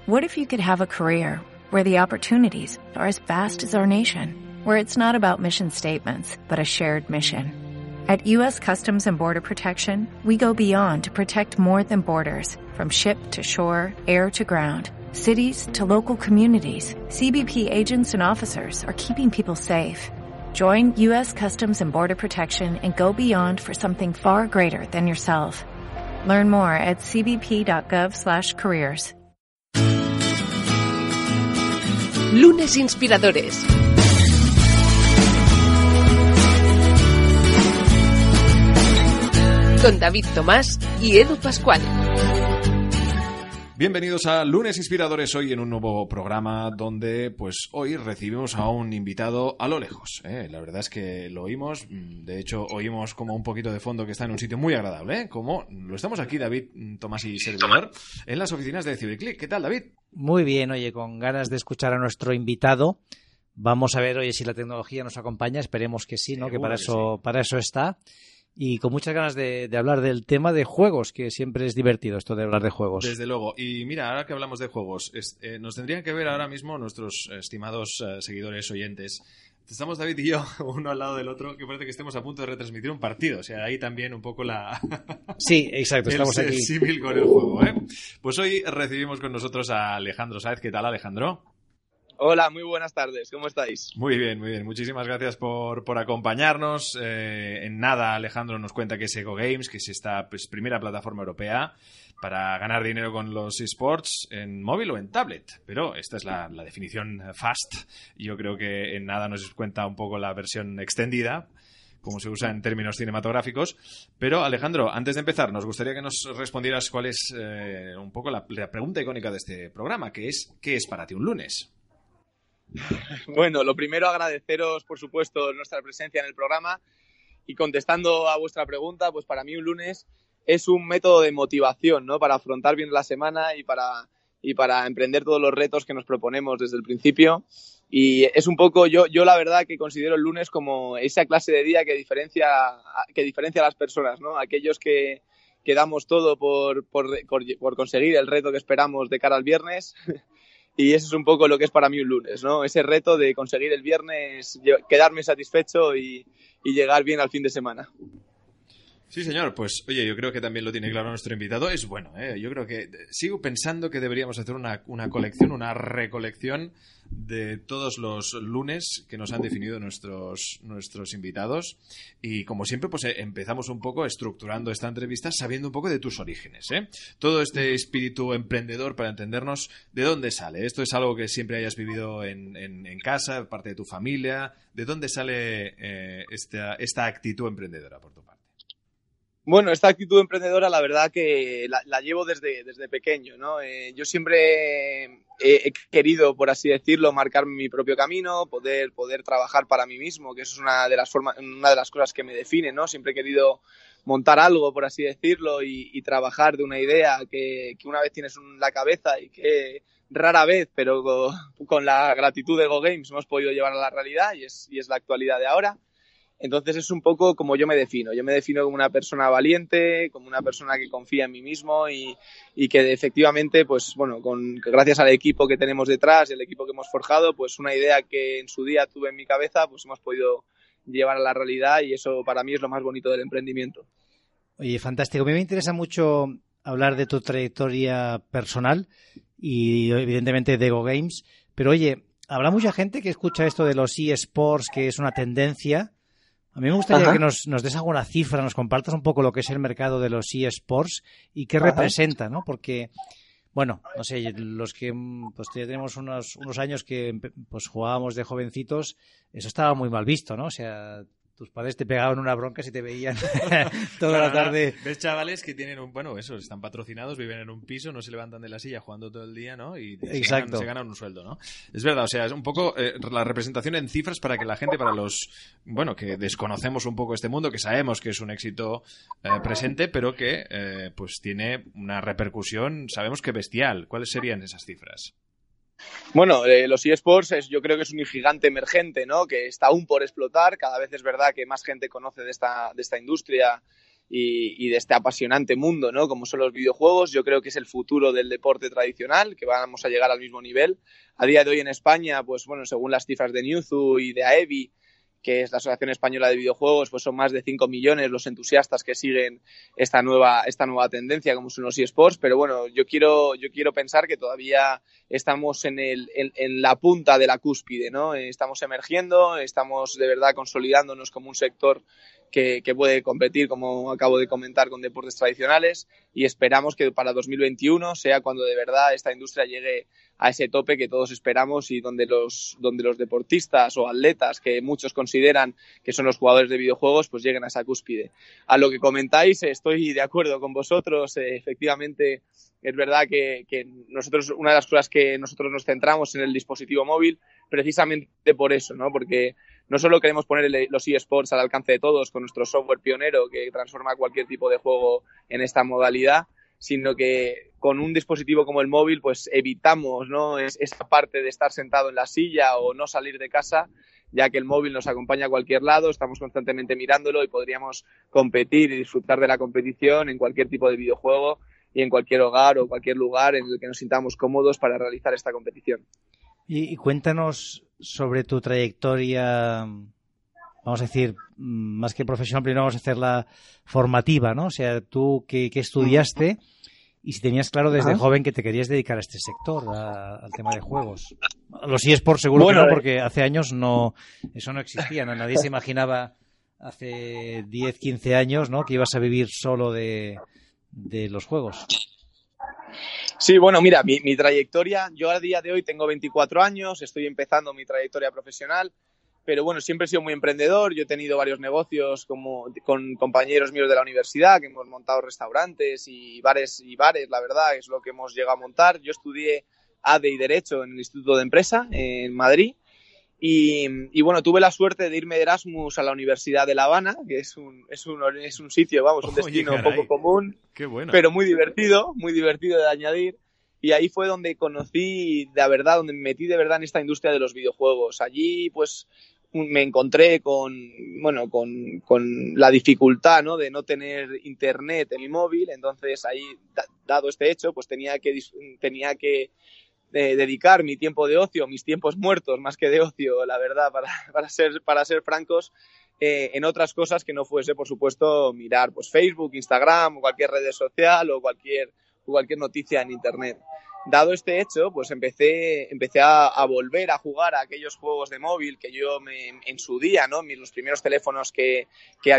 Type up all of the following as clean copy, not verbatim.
What if you could have a career where the opportunities are as vast as our nation, where it's not about mission statements, but a shared mission? At U.S. Customs and Border Protection, we go beyond to protect more than borders, from ship to shore, air to ground, cities to local communities. CBP agents and officers are keeping people safe. Join U.S. Customs and Border Protection and go beyond for something far greater than yourself. Learn more at cbp.gov/careers. Lunes Inspiradores. Con David Tomás y Edu Pascual. Bienvenidos a Lunes Inspiradores, hoy en un nuevo programa donde pues hoy recibimos a un invitado a lo lejos. La verdad es que lo oímos, de hecho oímos como un poquito de fondo que está en un sitio muy agradable, como lo estamos aquí David, Tomás y servidor, en las oficinas de Ciberclick. ¿Qué tal, David? Muy bien, oye, con ganas de escuchar a nuestro invitado. Vamos a ver, oye, si la tecnología nos acompaña, esperemos que sí, ¿no? Que para eso está. Y con muchas ganas de hablar del tema de juegos, que siempre es divertido esto de hablar de juegos. Desde luego. Y mira, ahora que hablamos de juegos, nos tendrían que ver ahora mismo nuestros estimados seguidores oyentes. Estamos David y yo, uno al lado del otro, que parece que estemos a punto de retransmitir un partido. O sea, ahí también un poco la... Sí, exacto, estamos aquí. El símil con el juego, ¿eh? Pues hoy recibimos con nosotros a Alejandro Sáez. ¿Qué tal, Alejandro? Hola, muy buenas tardes. ¿Cómo estáis? Muy bien, muy bien. Muchísimas gracias por acompañarnos. En nada, Alejandro nos cuenta que es Ego Games, que es esta primera plataforma europea para ganar dinero con los eSports en móvil o en tablet. Pero esta es la definición fast. Yo creo que en nada nos cuenta un poco la versión extendida, como se usa en términos cinematográficos. Pero, Alejandro, antes de empezar, nos gustaría que nos respondieras cuál es un poco la pregunta icónica de este programa, que es ¿qué es para ti un lunes? Bueno, lo primero agradeceros, por supuesto, nuestra presencia en el programa y contestando a vuestra pregunta, pues para mí un lunes es un método de motivación, ¿no? Para afrontar bien la semana y para emprender todos los retos que nos proponemos desde el principio. Y es un poco, yo la verdad que considero el lunes como esa clase de día que diferencia a las personas, ¿no? Aquellos que damos todo por conseguir el reto que esperamos de cara al viernes. Y eso es un poco lo que es para mí un lunes, ¿no? Ese reto de conseguir el viernes, quedarme satisfecho y llegar bien al fin de semana. Sí, señor. Pues, oye, yo creo que también lo tiene claro nuestro invitado. Es bueno, ¿eh? Yo creo que sigo pensando que deberíamos hacer una colección, una recolección de todos los lunes que nos han definido nuestros invitados. Y, como siempre, pues empezamos un poco estructurando esta entrevista sabiendo un poco de tus orígenes, ¿eh? Todo este espíritu emprendedor, para entendernos, ¿de dónde sale? ¿Esto es algo que siempre hayas vivido en casa, parte de tu familia? ¿De dónde sale esta actitud emprendedora por tu parte? Bueno, esta actitud emprendedora la verdad que la llevo desde pequeño, ¿no? Yo siempre he querido, por así decirlo, marcar mi propio camino, poder trabajar para mí mismo, que eso es una de las cosas que me define, ¿no? Siempre he querido montar algo, por así decirlo, y trabajar de una idea que una vez tienes en la cabeza y que rara vez, pero con la gratitud de Ego Games hemos podido llevar a la realidad y es la actualidad de ahora. Entonces es un poco como yo me defino. Yo me defino como una persona valiente, como una persona que confía en mí mismo y que efectivamente, pues bueno, gracias al equipo que tenemos detrás y el equipo que hemos forjado, pues una idea que en su día tuve en mi cabeza, pues hemos podido llevar a la realidad y eso para mí es lo más bonito del emprendimiento. Oye, fantástico. A mí me interesa mucho hablar de tu trayectoria personal y evidentemente de Ego Games, pero oye, habrá mucha gente que escucha esto de los eSports, que es una tendencia. A mí me gustaría que nos des alguna cifra, nos compartas un poco lo que es el mercado de los eSports y qué representa, ¿no? Porque, bueno, no sé, los que pues ya tenemos unos años que pues jugábamos de jovencitos, eso estaba muy mal visto, ¿no? O sea, tus padres te pegaban una bronca si te veían toda la tarde. Ves chavales que tienen están patrocinados, viven en un piso, no se levantan de la silla jugando todo el día, ¿no? Y se ganan un sueldo, ¿no? Es verdad, o sea, es un poco la representación en cifras para que la gente, para los, que desconocemos un poco este mundo, que sabemos que es un éxito presente, pero que pues tiene una repercusión, sabemos que bestial. ¿Cuáles serían esas cifras? Bueno, los eSports yo creo que es un gigante emergente, ¿no? Que está aún por explotar. Cada vez es verdad que más gente conoce de esta industria y de este apasionante mundo, ¿no? Como son los videojuegos. Yo creo que es el futuro del deporte tradicional, que vamos a llegar al mismo nivel. A día de hoy en España, pues bueno, según las cifras de Newzoo y de AEBI, que es la Asociación Española de Videojuegos, pues son más de 5 millones los entusiastas que siguen esta nueva tendencia como son los eSports, pero bueno, yo quiero pensar que todavía estamos en la punta de la cúspide, ¿no? Estamos emergiendo, estamos de verdad consolidándonos como un sector que puede competir, como acabo de comentar, con deportes tradicionales, y esperamos que para 2021 sea cuando de verdad esta industria llegue a ese tope que todos esperamos y donde los deportistas o atletas que muchos consideran que son los jugadores de videojuegos pues lleguen a esa cúspide. A lo que comentáis, estoy de acuerdo con vosotros. Efectivamente, es verdad que nosotros, una de las cosas que nosotros nos centramos en el dispositivo móvil, precisamente por eso, ¿no? Porque no solo queremos poner los eSports al alcance de todos con nuestro software pionero que transforma cualquier tipo de juego en esta modalidad, sino que con un dispositivo como el móvil pues evitamos, ¿no?, esa parte de estar sentado en la silla o no salir de casa, ya que el móvil nos acompaña a cualquier lado, estamos constantemente mirándolo y podríamos competir y disfrutar de la competición en cualquier tipo de videojuego y en cualquier hogar o cualquier lugar en el que nos sintamos cómodos para realizar esta competición. Y cuéntanos sobre tu trayectoria, vamos a decir, más que profesional, primero vamos a hacerla formativa, ¿no? O sea, tú qué estudiaste y si tenías claro desde joven que te querías dedicar a este sector, al tema de juegos. Los eSports seguro que no, porque hace años eso no existía, ¿no? Nadie se imaginaba hace 10, 15 años, ¿no?, que ibas a vivir solo de los juegos. Sí, bueno, mira, mi trayectoria, yo a día de hoy tengo 24 años, estoy empezando mi trayectoria profesional, pero bueno, siempre he sido muy emprendedor. Yo he tenido varios negocios con compañeros míos de la universidad, que hemos montado restaurantes y bares, la verdad, es lo que hemos llegado a montar. Yo estudié ADE y Derecho en el Instituto de Empresa en Madrid y bueno, tuve la suerte de irme de Erasmus a la Universidad de La Habana, que es un sitio, vamos, un destino un poco común, qué bueno, pero muy divertido de añadir. Y ahí fue donde conocí, de verdad, donde me metí de verdad en esta industria de los videojuegos. Allí, pues, me encontré con la dificultad, ¿no?, de no tener internet en mi móvil. Entonces, ahí, dado este hecho, pues tenía que dedicar mi tiempo de ocio, mis tiempos muertos, más que de ocio, la verdad, para ser francos, en otras cosas que no fuese, por supuesto, mirar pues Facebook, Instagram o cualquier red social o cualquier noticia en internet. Dado este hecho, pues empecé a volver a jugar a aquellos juegos de móvil que yo en su día, ¿no?, los primeros teléfonos que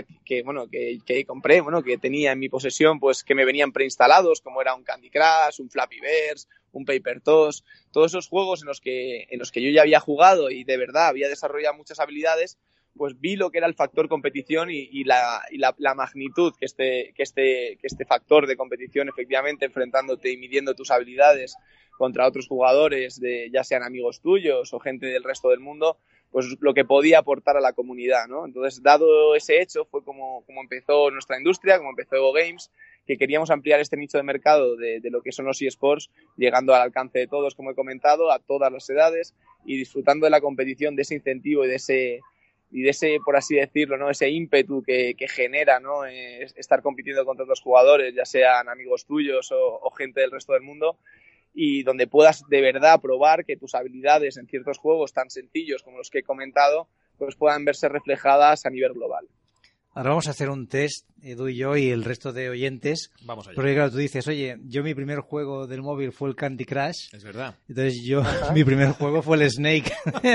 compré, que tenía en mi posesión, pues que me venían preinstalados, como era un Candy Crush, un Flappy Birds, un Paper Toss, todos esos juegos en los que yo ya había jugado y de verdad había desarrollado muchas habilidades, pues vi lo que era el factor competición y la magnitud que este factor de competición, efectivamente, enfrentándote y midiendo tus habilidades contra otros jugadores, ya sean amigos tuyos o gente del resto del mundo, pues lo que podía aportar a la comunidad, ¿no? Entonces, dado ese hecho, fue como empezó nuestra industria, como empezó Ego Games, que queríamos ampliar este nicho de mercado de lo que son los eSports, llegando al alcance de todos, como he comentado, a todas las edades y disfrutando de la competición, de ese incentivo y de ese, por así decirlo, ¿no?, ese ímpetu que genera, ¿no?, estar compitiendo contra otros jugadores, ya sean amigos tuyos o gente del resto del mundo, y donde puedas de verdad probar que tus habilidades en ciertos juegos tan sencillos como los que he comentado, pues puedan verse reflejadas a nivel global. Ahora vamos a hacer un test, Edu y yo y el resto de oyentes. Vamos allá. Porque claro, tú dices, oye, yo mi primer juego del móvil fue el Candy Crush. Es verdad. Entonces mi primer juego fue el Snake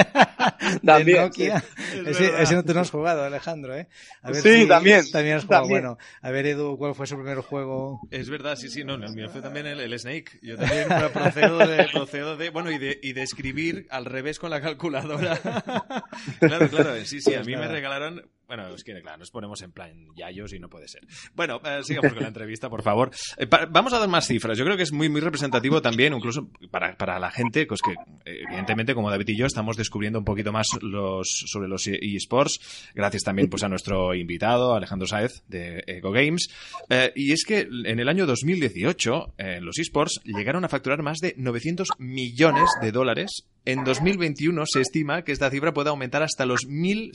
de Nokia. Sí. Ese no te lo has jugado, Alejandro, ¿eh? A ver sí, también has jugado. También. Bueno, a ver, Edu, ¿cuál fue su primer juego? Es verdad, sí, no, el mío fue también el Snake. Yo también procedo de bueno, y de escribir al revés con la calculadora. Claro, sí, a mí me regalaron. Bueno, es que claro, nos ponemos en plan yayos y no puede ser. Bueno, sigamos con la entrevista, por favor. Vamos a dar más cifras. Yo creo que es muy, muy representativo también, incluso para la gente, pues que evidentemente, como David y yo, estamos descubriendo un poquito más sobre los eSports, gracias también pues a nuestro invitado, Alejandro Sáez, de Ego Games. Y es que en el año 2018, los eSports llegaron a facturar más de $900 millones en 2021 se estima que esta cifra puede aumentar hasta los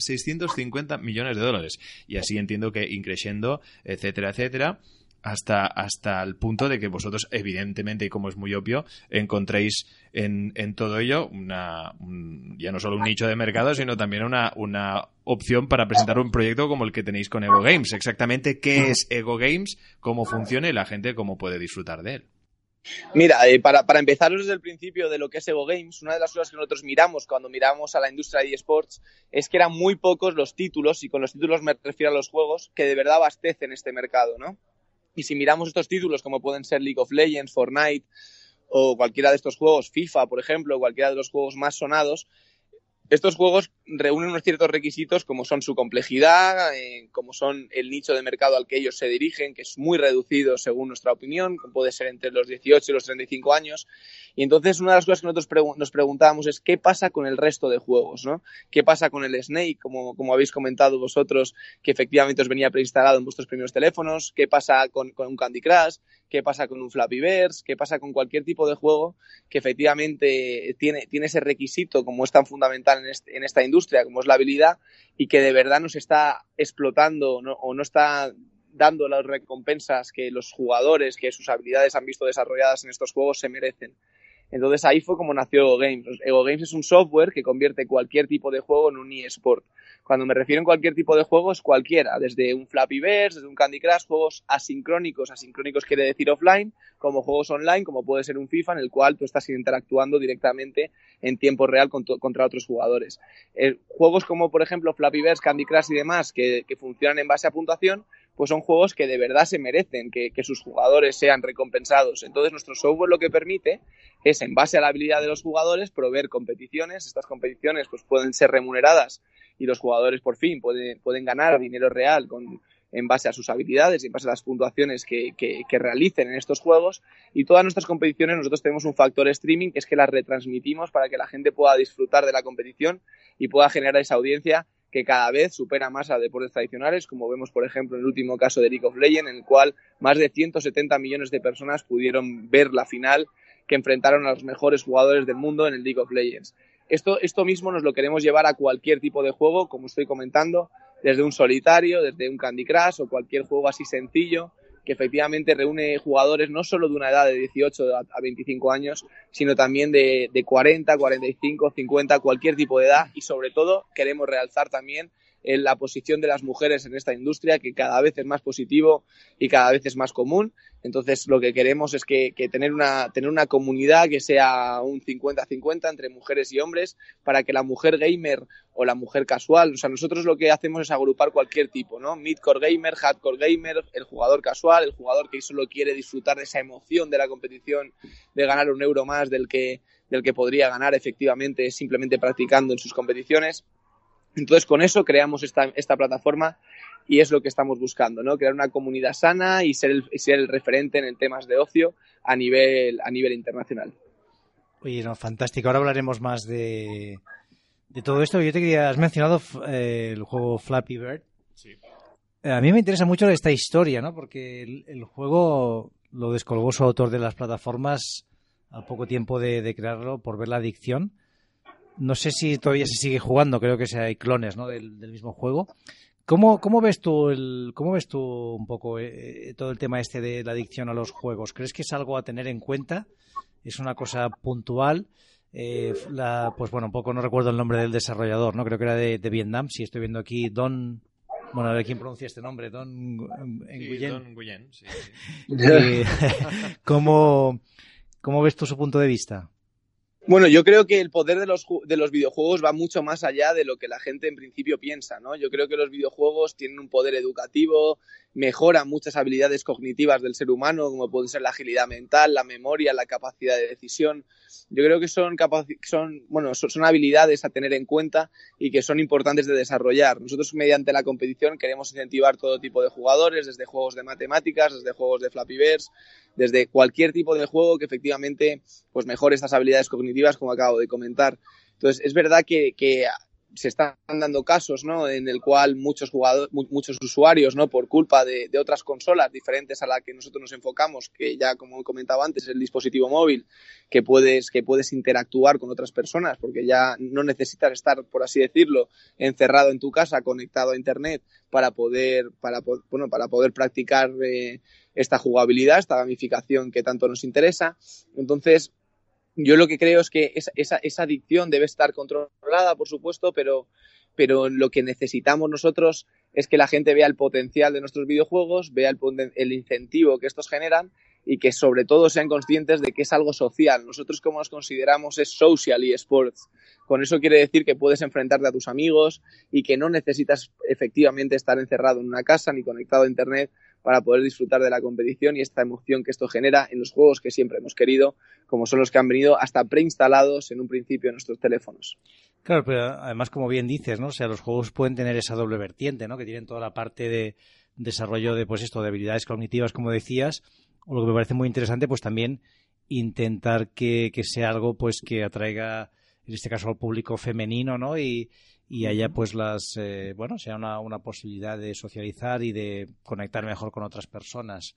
1.650 millones de dólares. Y así entiendo que increciendo, etcétera, etcétera, hasta el punto de que vosotros, evidentemente, y como es muy obvio, encontréis en todo ello ya no solo un nicho de mercado, sino también una opción para presentar un proyecto como el que tenéis con Ego Games. Exactamente qué es Ego Games, cómo funciona y la gente cómo puede disfrutar de él. Mira, para empezar desde el principio de lo que es Ego Games, una de las cosas que nosotros miramos cuando miramos a la industria de eSports es que eran muy pocos los títulos, y con los títulos me refiero a los juegos, que de verdad abastecen este mercado, ¿no? Y si miramos estos títulos como pueden ser League of Legends, Fortnite o cualquiera de estos juegos, FIFA, por ejemplo, cualquiera de los juegos más sonados, estos juegos reúnen unos ciertos requisitos como son su complejidad, como son el nicho de mercado al que ellos se dirigen, que es muy reducido según nuestra opinión, puede ser entre los 18 y los 35 años. Y entonces una de las cosas que nosotros nos preguntábamos es qué pasa con el resto de juegos, ¿no? ¿Qué pasa con el Snake, como habéis comentado vosotros, que efectivamente os venía preinstalado en vuestros primeros teléfonos? ¿Qué pasa con un Candy Crush? ¿Qué pasa con un Flappy Birds? ¿Qué pasa con cualquier tipo de juego que efectivamente tiene ese requisito como es tan fundamental en esta industria, como es la habilidad, y que de verdad nos está explotando, ¿no? O no está dando las recompensas que los jugadores, que sus habilidades han visto desarrolladas en estos juegos, se merecen? Entonces ahí fue como nació Ego Games. Ego Games es un software que convierte cualquier tipo de juego en un eSport. Cuando me refiero a cualquier tipo de juego, es cualquiera, desde un Flappy Birds, desde un Candy Crush, juegos asincrónicos quiere decir offline, como juegos online, como puede ser un FIFA, en el cual tú estás interactuando directamente en tiempo real contra otros jugadores. Juegos como, por ejemplo, Flappy Birds, Candy Crush y demás, que funcionan en base a puntuación, pues son juegos que de verdad se merecen que sus jugadores sean recompensados. Entonces nuestro software lo que permite es, en base a la habilidad de los jugadores, proveer competiciones. Estas competiciones pues pueden ser remuneradas y los jugadores por fin pueden ganar dinero real en base a sus habilidades y en base a las puntuaciones que realicen en estos juegos. Y todas nuestras competiciones nosotros tenemos un factor streaming, que es que las retransmitimos para que la gente pueda disfrutar de la competición y pueda generar esa audiencia que cada vez supera más a deportes tradicionales, como vemos, por ejemplo, en el último caso de League of Legends, en el cual más de 170 millones de personas pudieron ver la final que enfrentaron a los mejores jugadores del mundo en el League of Legends. Esto mismo nos lo queremos llevar a cualquier tipo de juego, como estoy comentando, desde un solitario, desde un Candy Crush o cualquier juego así sencillo, que efectivamente reúne jugadores no solo de una edad de 18 a 25 años, sino también de 40, 45, 50, cualquier tipo de edad. Y sobre todo queremos realzar también la posición de las mujeres en esta industria, que cada vez es más positivo y cada vez es más común. Entonces lo que queremos es que tener una comunidad que sea un 50-50 entre mujeres y hombres, para que la mujer gamer o la mujer casual, o sea, nosotros lo que hacemos es agrupar cualquier tipo, ¿no? Midcore gamer, hardcore gamer, el jugador casual, el jugador que solo quiere disfrutar de esa emoción de la competición, de ganar un euro más del que podría ganar efectivamente simplemente practicando en sus competiciones. Entonces con eso creamos esta plataforma y es lo que estamos buscando, ¿no? Crear una comunidad sana y ser el referente en temas de ocio a nivel internacional. Oye, no, fantástico. Ahora hablaremos más de todo esto. Has mencionado el juego Flappy Bird. Sí. A mí me interesa mucho esta historia, ¿no? Porque el juego lo descolgó su autor de las plataformas al poco tiempo de crearlo por ver la adicción. No sé si todavía se sigue jugando, creo que hay clones, ¿no? del mismo juego. ¿Cómo ves tú un poco todo el tema este de la adicción a los juegos? ¿Crees que es algo a tener en cuenta? ¿Es una cosa puntual? Pues bueno, un poco no recuerdo el nombre del desarrollador, ¿no? Creo que era de Vietnam. Si estoy viendo aquí Don... Bueno, a ver quién pronuncia este nombre. Don Nguyen. Don Nguyen, sí. ¿Cómo ves tú su punto de vista? Bueno, yo creo que el poder de los videojuegos va mucho más allá de lo que la gente en principio piensa, ¿no? Yo creo que los videojuegos tienen un poder educativo, mejoran muchas habilidades cognitivas del ser humano, como puede ser la agilidad mental, la memoria, la capacidad de decisión. Yo creo que son habilidades a tener en cuenta y que son importantes de desarrollar. Nosotros, mediante la competición, queremos incentivar todo tipo de jugadores, desde juegos de matemáticas, desde juegos de Flappy Birds, desde cualquier tipo de juego que efectivamente pues mejore estas habilidades cognitivas, como acabo de comentar. Entonces, es verdad que se están dando casos, ¿no?, en el cual muchos usuarios, ¿no?, por culpa de otras consolas diferentes a la que nosotros nos enfocamos, que ya, como he comentado antes, es el dispositivo móvil, que puedes interactuar con otras personas, porque ya no necesitas estar, por así decirlo, encerrado en tu casa, conectado a internet, para poder practicar esta jugabilidad, esta gamificación que tanto nos interesa. Entonces, yo lo que creo es que esa adicción debe estar controlada, por supuesto, pero lo que necesitamos nosotros es que la gente vea el potencial de nuestros videojuegos, vea el incentivo que estos generan y que sobre todo sean conscientes de que es algo social. Nosotros, como nos consideramos, es social eSports. Con eso quiere decir que puedes enfrentarte a tus amigos y que no necesitas efectivamente estar encerrado en una casa ni conectado a internet para poder disfrutar de la competición y esta emoción que esto genera en los juegos que siempre hemos querido, como son los que han venido hasta preinstalados en un principio en nuestros teléfonos. Claro, pero además, como bien dices, ¿no? O sea, los juegos pueden tener esa doble vertiente, ¿no?, que tienen toda la parte de desarrollo de, pues esto, de habilidades cognitivas, como decías, o lo que me parece muy interesante, pues también intentar que sea algo, pues, que atraiga, en este caso, al público femenino, ¿no?, y haya, pues, sea una posibilidad de socializar y de conectar mejor con otras personas.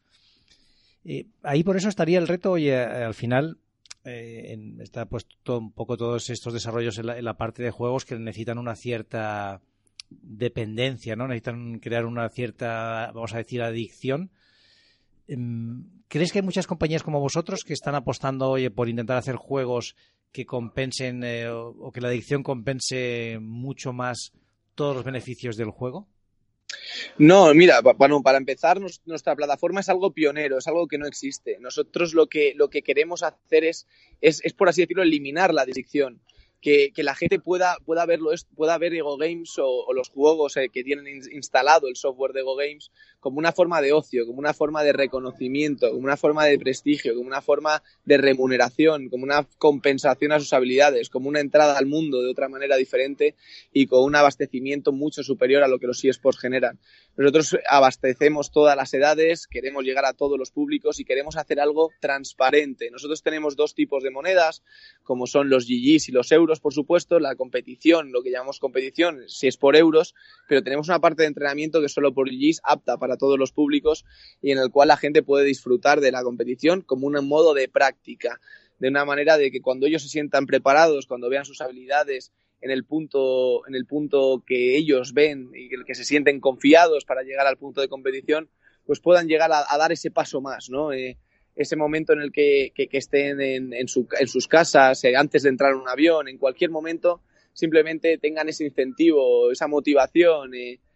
Ahí por eso estaría el reto, oye, al final está puesto un poco todos estos desarrollos en la parte de juegos que necesitan una cierta dependencia, ¿no? Necesitan crear una cierta, vamos a decir, adicción. ¿Crees que hay muchas compañías como vosotros que están apostando, oye, por intentar hacer juegos que compensen o que la adicción compense mucho más todos los beneficios del juego? No, mira, bueno, para empezar, nuestra plataforma es algo pionero, es algo que no existe. Nosotros lo que queremos hacer es, por así decirlo, eliminar la adicción. Que la gente pueda ver Ego Games o los juegos que tienen instalado el software de Ego Games como una forma de ocio, como una forma de reconocimiento, como una forma de prestigio, como una forma de remuneración, como una compensación a sus habilidades, como una entrada al mundo de otra manera diferente y con un abastecimiento mucho superior a lo que los eSports generan. Nosotros abastecemos todas las edades, queremos llegar a todos los públicos y queremos hacer algo transparente. Nosotros tenemos dos tipos de monedas, como son los GGs y los euros, por supuesto. La competición, lo que llamamos competición, si es por euros, pero tenemos una parte de entrenamiento que es solo por GGs, apta para todos los públicos y en el cual la gente puede disfrutar de la competición como un modo de práctica, de una manera de que cuando ellos se sientan preparados, cuando vean sus habilidades en el punto que ellos ven y que se sienten confiados para llegar al punto de competición, pues puedan llegar a dar ese paso más, ¿no? Ese momento en el que estén en sus casas, antes de entrar en un avión, en cualquier momento, simplemente tengan ese incentivo, esa motivación,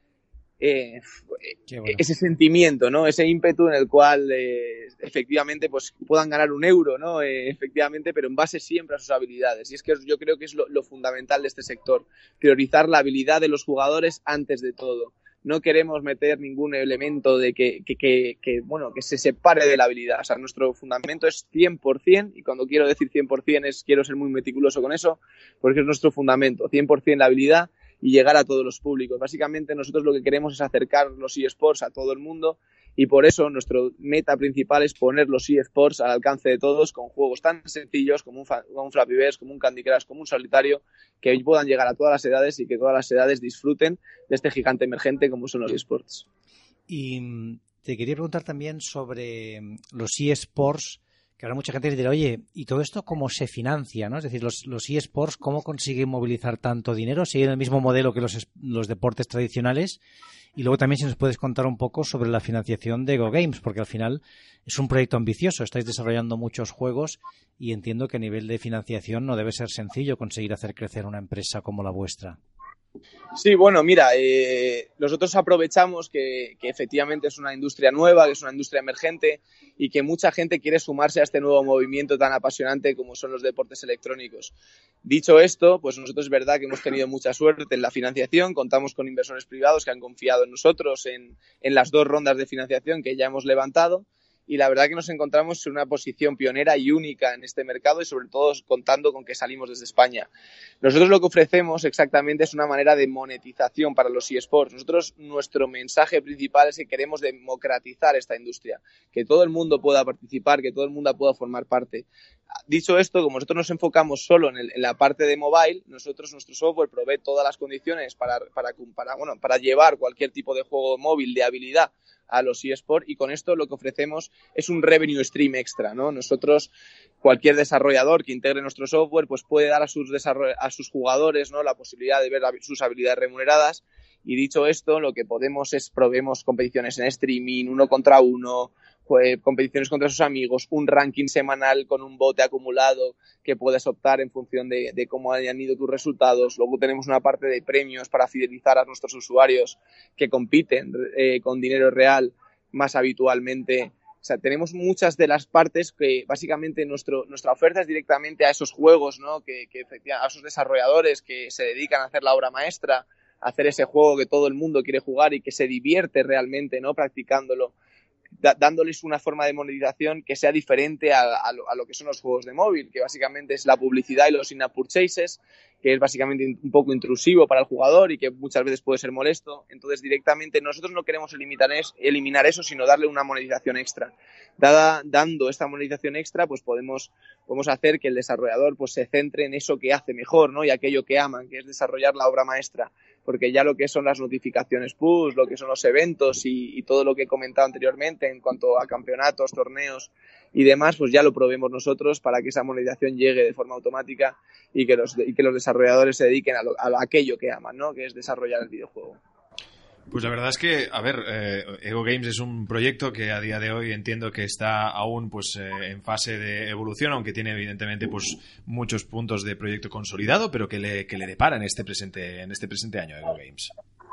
ese sentimiento, ¿no? Ese ímpetu en el cual efectivamente pues puedan ganar un euro, ¿no? Efectivamente, pero en base siempre a sus habilidades. Y es que yo creo que es lo fundamental de este sector, priorizar la habilidad de los jugadores antes de todo. No queremos meter ningún elemento de que se separe de la habilidad. O sea, nuestro fundamento es 100%, y cuando quiero decir 100% quiero ser muy meticuloso con eso, porque es nuestro fundamento, 100% la habilidad y llegar a todos los públicos. Básicamente nosotros lo que queremos es acercar los eSports a todo el mundo y por eso nuestro meta principal es poner los eSports al alcance de todos con juegos tan sencillos como un Flappy Birds, como un Candy Crush, como un Solitario, que puedan llegar a todas las edades y que todas las edades disfruten de este gigante emergente como son los eSports. Y te quería preguntar también sobre los eSports, que ahora mucha gente dirá, oye, ¿y todo esto cómo se financia, ¿no? Es decir, los eSports, ¿cómo consiguen movilizar tanto dinero? ¿Siguen el mismo modelo que los deportes tradicionales? Y luego también si nos puedes contar un poco sobre la financiación de Ego Games, porque al final es un proyecto ambicioso, estáis desarrollando muchos juegos y entiendo que a nivel de financiación no debe ser sencillo conseguir hacer crecer una empresa como la vuestra. Sí, bueno, mira, nosotros aprovechamos que efectivamente es una industria nueva, que es una industria emergente y que mucha gente quiere sumarse a este nuevo movimiento tan apasionante como son los deportes electrónicos. Dicho esto, pues nosotros es verdad que hemos tenido mucha suerte en la financiación, contamos con inversores privados que han confiado en nosotros en las 2 rondas de financiación que ya hemos levantado y la verdad que nos encontramos en una posición pionera y única en este mercado y sobre todo contando con que salimos desde España. Nosotros lo que ofrecemos exactamente es una manera de monetización para los eSports. Nuestro mensaje principal es que queremos democratizar esta industria, que todo el mundo pueda participar, que todo el mundo pueda formar parte. Dicho esto, como nosotros nos enfocamos solo en la parte de mobile, nuestro software provee todas las condiciones para llevar cualquier tipo de juego móvil de habilidad a los eSports, y con esto lo que ofrecemos es un revenue stream extra, ¿no? Nosotros, cualquier desarrollador que integre nuestro software, pues puede dar a sus jugadores, ¿no?, la posibilidad de ver sus habilidades remuneradas. Y dicho esto, lo que proveemos competiciones en streaming, 1 contra 1, competiciones contra sus amigos, un ranking semanal con un bote acumulado que puedes optar en función de cómo hayan ido tus resultados. Luego tenemos una parte de premios para fidelizar a nuestros usuarios que compiten con dinero real más habitualmente. O sea, tenemos muchas de las partes que básicamente nuestra oferta es directamente a esos juegos, ¿no?, que efectivamente, a esos desarrolladores que se dedican a hacer la obra maestra, a hacer ese juego que todo el mundo quiere jugar y que se divierte realmente, ¿no?, practicándolo, dándoles una forma de monetización que sea diferente a lo que son los juegos de móvil, que básicamente es la publicidad y los in-app purchases, que es básicamente un poco intrusivo para el jugador y que muchas veces puede ser molesto. Entonces, directamente nosotros no queremos eliminar eso, sino darle una monetización extra. Dando esta monetización extra, pues podemos hacer que el desarrollador pues se centre en eso que hace mejor, ¿no?, y aquello que aman, que es desarrollar la obra maestra, porque ya lo que son las notificaciones push, lo que son los eventos y todo lo que he comentado anteriormente en cuanto a campeonatos, torneos y demás, pues ya lo proveemos nosotros para que esa monetización llegue de forma automática y que los desarrolladores se dediquen a aquello que aman, ¿no?, que es desarrollar el videojuego. Pues la verdad es que, a ver, Ego Games es un proyecto que a día de hoy entiendo que está aún pues en fase de evolución, aunque tiene evidentemente pues muchos puntos de proyecto consolidado, pero que le depara en este presente año Ego Games.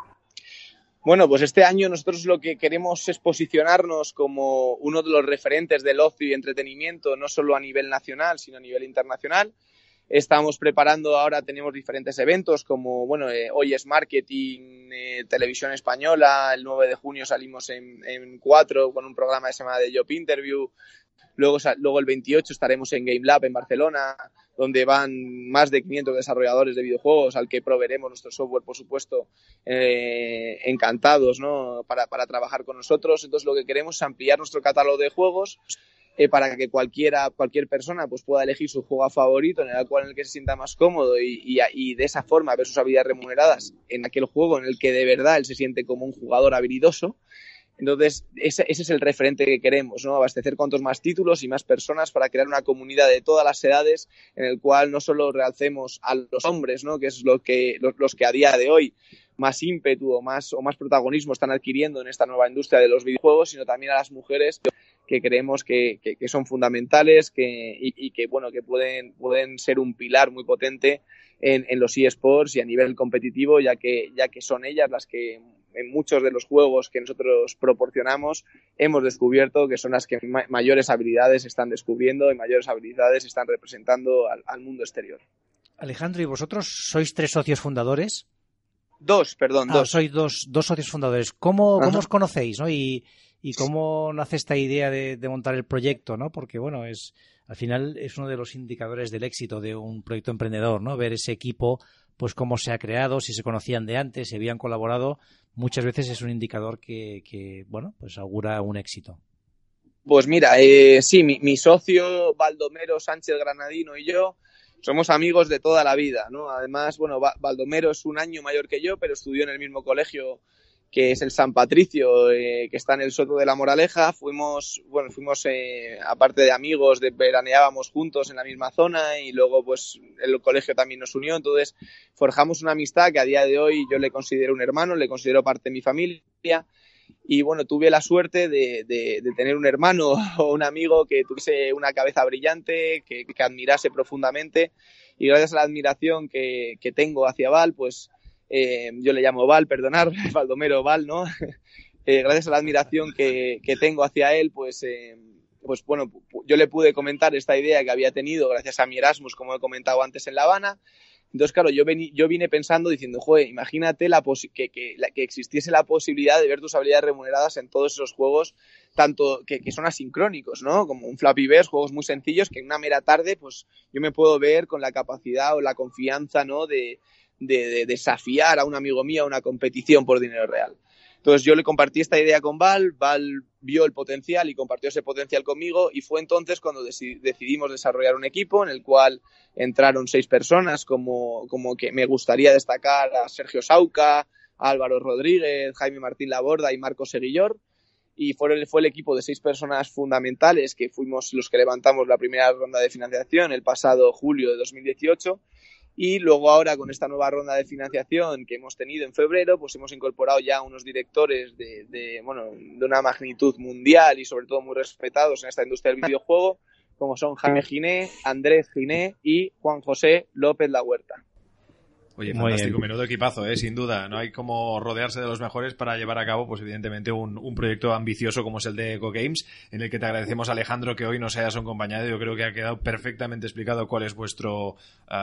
Bueno, pues este año nosotros lo que queremos es posicionarnos como uno de los referentes del ocio y entretenimiento, no solo a nivel nacional, sino a nivel internacional. Estamos preparando, ahora tenemos diferentes eventos como, hoy es Marketing, Televisión Española, el 9 de junio salimos en 4 con un programa que se llama The Job Interview, luego el 28 estaremos en Game Lab en Barcelona, donde van más de 500 desarrolladores de videojuegos al que proveeremos nuestro software, por supuesto, encantados, ¿no?, para trabajar con nosotros. Entonces lo que queremos es ampliar nuestro catálogo de juegos para que cualquier persona pues pueda elegir su juego favorito en el que se sienta más cómodo y de esa forma ver sus habilidades remuneradas en aquel juego en el que de verdad él se siente como un jugador habilidoso. Entonces, ese es el referente que queremos, ¿no?, abastecer cuantos más títulos y más personas para crear una comunidad de todas las edades en el cual no solo realcemos a los hombres, ¿no?, que es los que a día de hoy más ímpetu o más protagonismo están adquiriendo en esta nueva industria de los videojuegos, sino también a las mujeres que creemos que son fundamentales y que pueden ser un pilar muy potente en los eSports y a nivel competitivo, ya que son ellas las que en muchos de los juegos que nosotros proporcionamos hemos descubierto que son las que mayores habilidades están descubriendo y mayores habilidades están representando al mundo exterior. Alejandro, ¿y vosotros sois 3 socios fundadores? Dos. Sois dos socios fundadores. ¿Cómo os conocéis, ¿no? Y cómo nace esta idea de montar el proyecto, ¿no? Porque, al final es uno de los indicadores del éxito de un proyecto emprendedor, ¿no? Ver ese equipo, pues cómo se ha creado, si se conocían de antes, si habían colaborado, muchas veces es un indicador que pues augura un éxito. Pues mira, sí, mi socio Baldomero Sánchez Granadino y yo somos amigos de toda la vida, ¿no? Además, Baldomero es un año mayor que yo, pero estudió en el mismo colegio que es el San Patricio, que está en el Soto de la Moraleja. Fuimos aparte de amigos, veraneábamos juntos en la misma zona y luego pues el colegio también nos unió. Entonces forjamos una amistad que a día de hoy yo le considero un hermano, le considero parte de mi familia. Y tuve la suerte de tener un hermano o un amigo que tuviese una cabeza brillante, que admirase profundamente, y gracias a la admiración que tengo hacia Val, pues yo le llamo Val, perdonar, Baldomero Val, ¿no? Gracias a la admiración que tengo hacia él, yo le pude comentar esta idea que había tenido gracias a mi Erasmus, como he comentado antes, en La Habana. Entonces, claro, yo vine pensando diciendo, joder, imagínate que existiese la posibilidad de ver tus habilidades remuneradas en todos esos juegos, tanto que son asincrónicos, ¿no? Como un Flappy Bird, juegos muy sencillos que en una mera tarde, pues yo me puedo ver con la capacidad o la confianza, ¿no? De desafiar a un amigo mío a una competición por dinero real. Entonces yo le compartí esta idea con Val vio el potencial y compartió ese potencial conmigo, y fue entonces cuando decidimos desarrollar un equipo en el cual entraron 6 personas, como que me gustaría destacar a Sergio Sauca, Álvaro Rodríguez, Jaime Martín Laborda y Marcos Seguillor, y fue el equipo de 6 personas fundamentales que fuimos los que levantamos la primera ronda de financiación el pasado julio de 2018. Y luego ahora con esta nueva ronda de financiación que hemos tenido en febrero, pues hemos incorporado ya unos directores de una magnitud mundial y sobre todo muy respetados en esta industria del videojuego, como son Jaime Giné, Andrés Giné y Juan José López La Huerta. Oye, fantástico, menudo equipazo, sin duda. No hay como rodearse de los mejores para llevar a cabo, pues evidentemente, un proyecto ambicioso como es el de EcoGames, en el que te agradecemos, Alejandro, que hoy nos hayas acompañado. Yo creo que ha quedado perfectamente explicado cuál es vuestro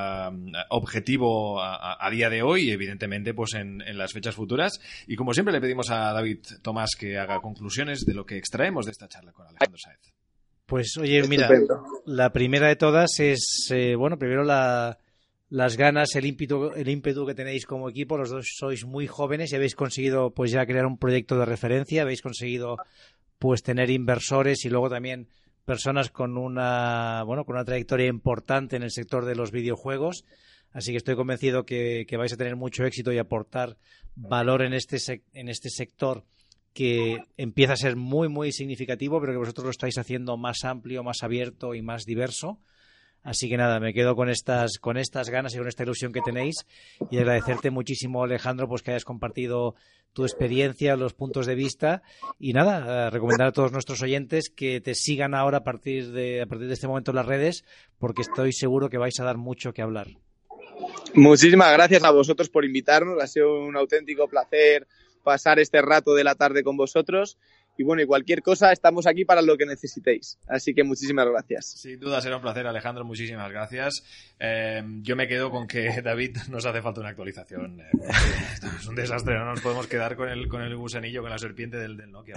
objetivo a día de hoy y, evidentemente, pues en las fechas futuras. Y como siempre, le pedimos a David Tomás que haga conclusiones de lo que extraemos de esta charla con Alejandro Sáez. Pues, oye, mira, la primera de todas es, primero las ganas, el ímpetu que tenéis como equipo. Los dos sois muy jóvenes y habéis conseguido pues ya crear un proyecto de referencia, habéis conseguido pues tener inversores y luego también personas con una trayectoria importante en el sector de los videojuegos. Así que estoy convencido que vais a tener mucho éxito y aportar valor en este sector que empieza a ser muy, muy significativo, pero que vosotros lo estáis haciendo más amplio, más abierto y más diverso. Así que nada, me quedo con estas ganas y con esta ilusión que tenéis, y agradecerte muchísimo, Alejandro, pues que hayas compartido tu experiencia, los puntos de vista, y nada, recomendar a todos nuestros oyentes que te sigan ahora a partir de este momento en las redes, porque estoy seguro que vais a dar mucho que hablar. Muchísimas gracias a vosotros por invitarnos, ha sido un auténtico placer pasar este rato de la tarde con vosotros. Y bueno, y cualquier cosa, estamos aquí para lo que necesitéis. Así que muchísimas gracias. Sin duda será un placer, Alejandro. Muchísimas gracias. Yo me quedo con que, David, nos hace falta una actualización. Esto es un desastre. No nos podemos quedar con el gusanillo, con la serpiente del Nokia.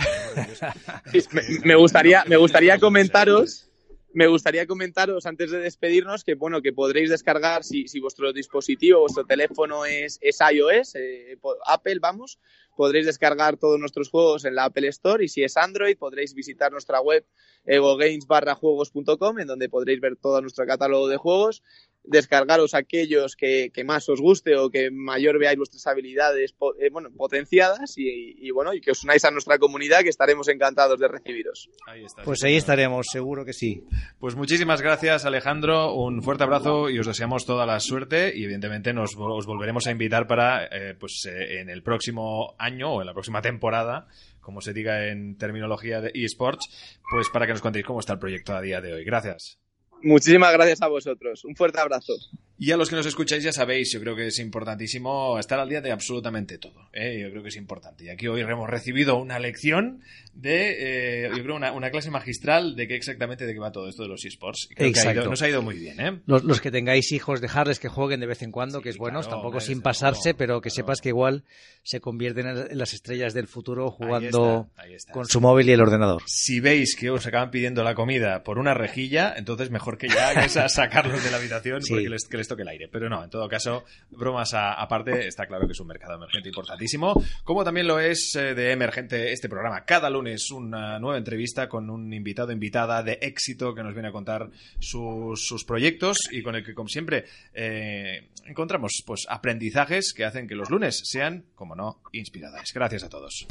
Me gustaría comentaros... Me gustaría comentaros antes de despedirnos que que podréis descargar, si vuestro dispositivo, vuestro teléfono es iOS, Apple, podréis descargar todos nuestros juegos en la Apple Store, y si es Android podréis visitar nuestra web egogames.juegos.com, en donde podréis ver todo nuestro catálogo de juegos, descargaros aquellos que más os guste o que mayor veáis vuestras habilidades potenciadas y que os unáis a nuestra comunidad, que estaremos encantados de recibiros. Ahí está, pues ahí estaremos, seguro que sí. Pues muchísimas gracias, Alejandro, un fuerte abrazo y os deseamos toda la suerte, y evidentemente os volveremos a invitar para en el próximo año o en la próxima temporada, como se diga en terminología de eSports, pues para que nos contéis cómo está el proyecto a día de hoy. Gracias. Muchísimas gracias a vosotros. Un fuerte abrazo. Y a los que nos escucháis, ya sabéis, yo creo que es importantísimo estar al día de absolutamente todo. Yo creo que es importante. Y aquí hoy hemos recibido una lección de, yo creo, una clase magistral de exactamente de qué va todo esto de los eSports. Creo que nos ha ido muy bien. Los que tengáis hijos, dejarles que jueguen de vez en cuando, sí, que es bueno, claro, tampoco sin pasarse, pero que sepas que igual se convierten en las estrellas del futuro jugando ahí está. Con su móvil y el ordenador. Si veis que os acaban pidiendo la comida por una rejilla, entonces mejor que ya hagáis a sacarlos de la habitación, sí, porque les toque el aire. Pero no, en todo caso, bromas aparte, está claro que es un mercado emergente importantísimo, como también lo es de emergente este programa. Cada lunes una nueva entrevista con un invitado, invitada de éxito que nos viene a contar sus proyectos, y con el que, como siempre, encontramos pues aprendizajes que hacen que los lunes sean, como no, inspiradores. Gracias a todos.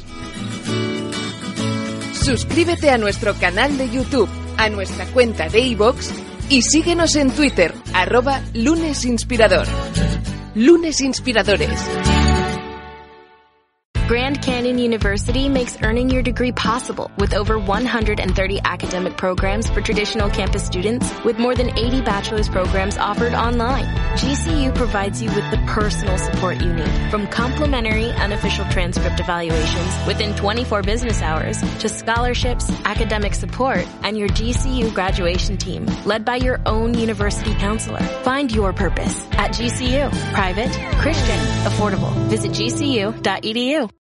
Suscríbete a nuestro canal de YouTube, a nuestra cuenta de iVoox y síguenos en Twitter, @lunesinspirador. Lunes Inspiradores. Grand Canyon University makes earning your degree possible with over 130 academic programs for traditional campus students with more than 80 bachelor's programs offered online. GCU provides you with the personal support you need, from complimentary unofficial transcript evaluations within 24 business hours to scholarships, academic support, and your GCU graduation team, led by your own university counselor. Find your purpose at GCU. Private, Christian, affordable. Visit gcu.edu.